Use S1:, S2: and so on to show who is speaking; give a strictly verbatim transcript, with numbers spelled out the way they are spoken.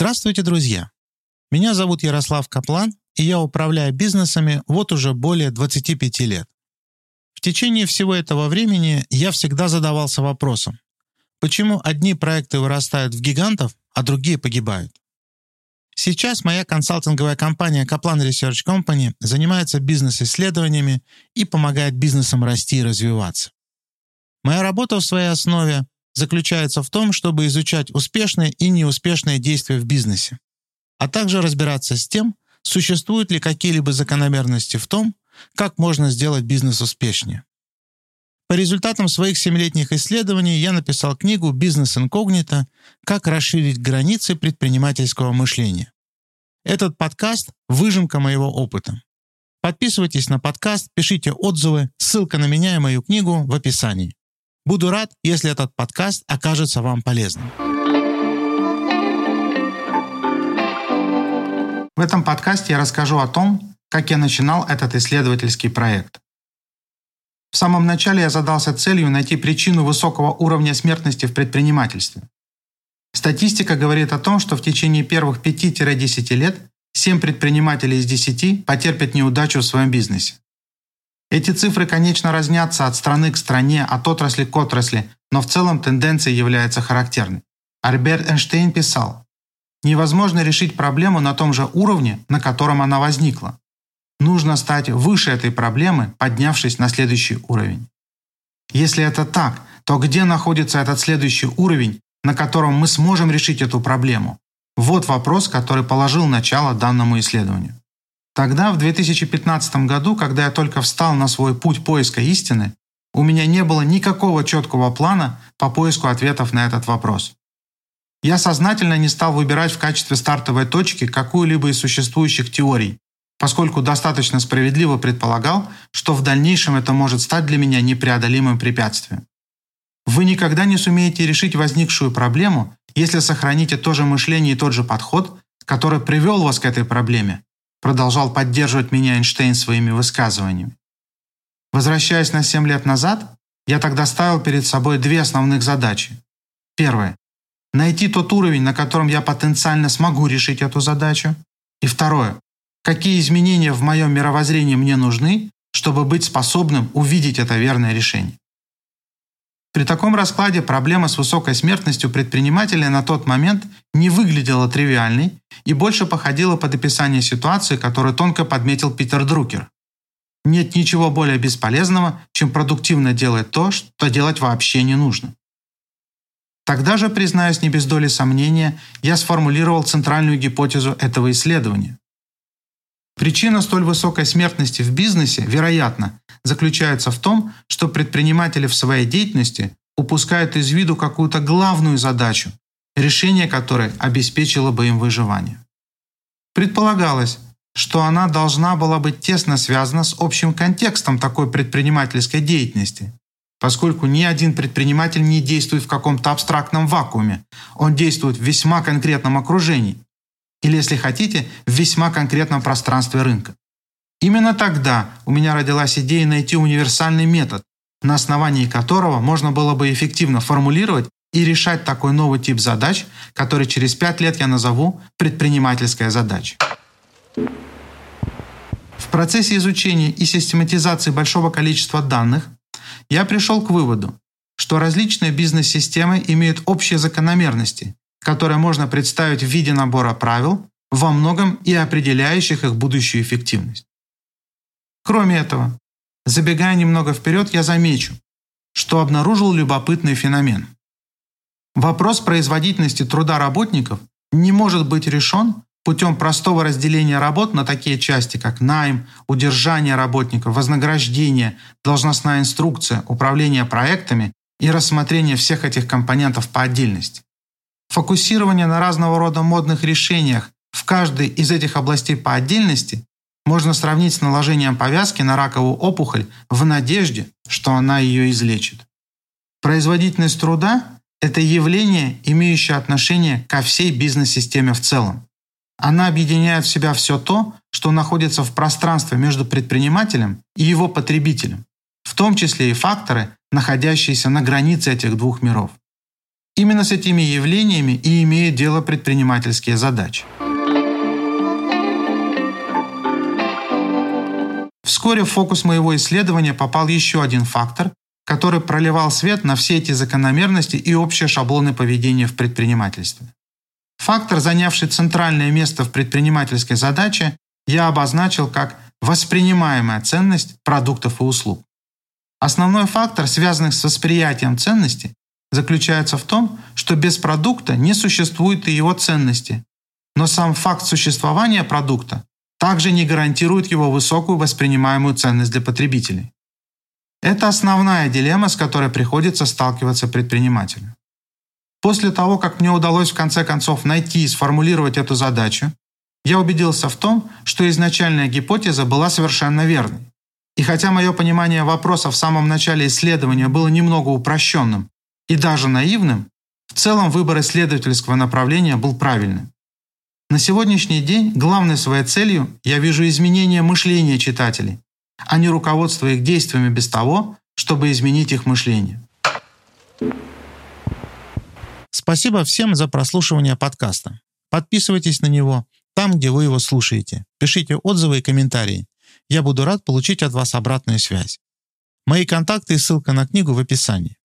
S1: Здравствуйте, друзья! Меня зовут Ярослав Каплан, и я управляю бизнесами вот уже более двадцати пяти лет. В течение всего этого времени я всегда задавался вопросом, почему одни проекты вырастают в гигантов, а другие погибают. Сейчас моя консалтинговая компания Kaplan Research Company занимается бизнес-исследованиями и помогает бизнесам расти и развиваться. Моя работа в своей основе заключается в том, чтобы изучать успешные и неуспешные действия в бизнесе, а также разбираться с тем, существуют ли какие-либо закономерности в том, как можно сделать бизнес успешнее. По результатам своих семилетних исследований я написал книгу «Бизнес инкогнито. Как расширить границы предпринимательского мышления». Этот подкаст – выжимка моего опыта. Подписывайтесь на подкаст, пишите отзывы, ссылка на меня и мою книгу в описании. Буду рад, если этот подкаст окажется вам полезным. В этом подкасте я расскажу о том, как я начинал этот исследовательский проект. В самом начале я задался целью найти причину высокого уровня смертности в предпринимательстве. Статистика говорит о том, что в течение первых пяти-десяти лет семь предпринимателей из десяти потерпят неудачу в своем бизнесе. Эти цифры, конечно, разнятся от страны к стране, от отрасли к отрасли, но в целом тенденция является характерной. Альберт Эйнштейн писал: «Невозможно решить проблему на том же уровне, на котором она возникла. Нужно стать выше этой проблемы, поднявшись на следующий уровень». Если это так, то где находится этот следующий уровень, на котором мы сможем решить эту проблему? Вот вопрос, который положил начало данному исследованию. Тогда, в две тысячи пятнадцатом году, когда я только встал на свой путь поиска истины, у меня не было никакого четкого плана по поиску ответов на этот вопрос. Я сознательно не стал выбирать в качестве стартовой точки какую-либо из существующих теорий, поскольку достаточно справедливо предполагал, что в дальнейшем это может стать для меня непреодолимым препятствием. Вы никогда не сумеете решить возникшую проблему, если сохраните то же мышление и тот же подход, который привел вас к этой проблеме, продолжал поддерживать меня Эйнштейн своими высказываниями. Возвращаясь на семь лет назад, я тогда ставил перед собой две основных задачи. Первое – найти тот уровень, на котором я потенциально смогу решить эту задачу. И второе – какие изменения в моем мировоззрении мне нужны, чтобы быть способным увидеть это верное решение. При таком раскладе проблема с высокой смертностью предпринимателя на тот момент не выглядела тривиальной и больше походила под описание ситуации, которую тонко подметил Питер Друкер. Нет ничего более бесполезного, чем продуктивно делать то, что делать вообще не нужно. Тогда же, признаюсь не без доли сомнения, я сформулировал центральную гипотезу этого исследования. Причина столь высокой смертности в бизнесе, вероятно, заключается в том, что предприниматели в своей деятельности упускают из виду какую-то главную задачу, решение которой обеспечило бы им выживание. Предполагалось, что она должна была быть тесно связана с общим контекстом такой предпринимательской деятельности, поскольку ни один предприниматель не действует в каком-то абстрактном вакууме, он действует в весьма конкретном окружении, или, если хотите, в весьма конкретном пространстве рынка. Именно тогда у меня родилась идея найти универсальный метод, на основании которого можно было бы эффективно формулировать и решать такой новый тип задач, который через пять лет я назову предпринимательская задача. В процессе изучения и систематизации большого количества данных я пришел к выводу, что различные бизнес-системы имеют общие закономерности, которые можно представить в виде набора правил, во многом и определяющих их будущую эффективность. Кроме этого, забегая немного вперед, я замечу, что обнаружил любопытный феномен. Вопрос производительности труда работников не может быть решен путем простого разделения работ на такие части, как найм, удержание работников, вознаграждение, должностная инструкция, управление проектами и рассмотрение всех этих компонентов по отдельности. Фокусирование на разного рода модных решениях в каждой из этих областей по отдельности можно сравнить с наложением повязки на раковую опухоль в надежде, что она ее излечит. Производительность труда – это явление, имеющее отношение ко всей бизнес-системе в целом. Она объединяет в себя все то, что находится в пространстве между предпринимателем и его потребителем, в том числе и факторы, находящиеся на границе этих двух миров. Именно с этими явлениями и имеют дело предпринимательские задачи. Вскоре в фокус моего исследования попал еще один фактор, который проливал свет на все эти закономерности и общие шаблоны поведения в предпринимательстве. Фактор, занявший центральное место в предпринимательской задаче, я обозначил как воспринимаемая ценность продуктов и услуг. Основной фактор, связанный с восприятием ценности, заключается в том, что без продукта не существует и его ценности, но сам факт существования продукта также не гарантирует его высокую воспринимаемую ценность для потребителей. Это основная дилемма, с которой приходится сталкиваться предпринимателю. После того, как мне удалось в конце концов найти и сформулировать эту задачу, я убедился в том, что изначальная гипотеза была совершенно верной. И хотя мое понимание вопроса в самом начале исследования было немного упрощенным и даже наивным, в целом выбор исследовательского направления был правильным. На сегодняшний день главной своей целью я вижу изменение мышления читателей, а не руководство их действиями без того, чтобы изменить их мышление.
S2: Спасибо всем за прослушивание подкаста. Подписывайтесь на него там, где вы его слушаете. Пишите отзывы и комментарии. Я буду рад получить от вас обратную связь. Мои контакты и ссылка на книгу в описании.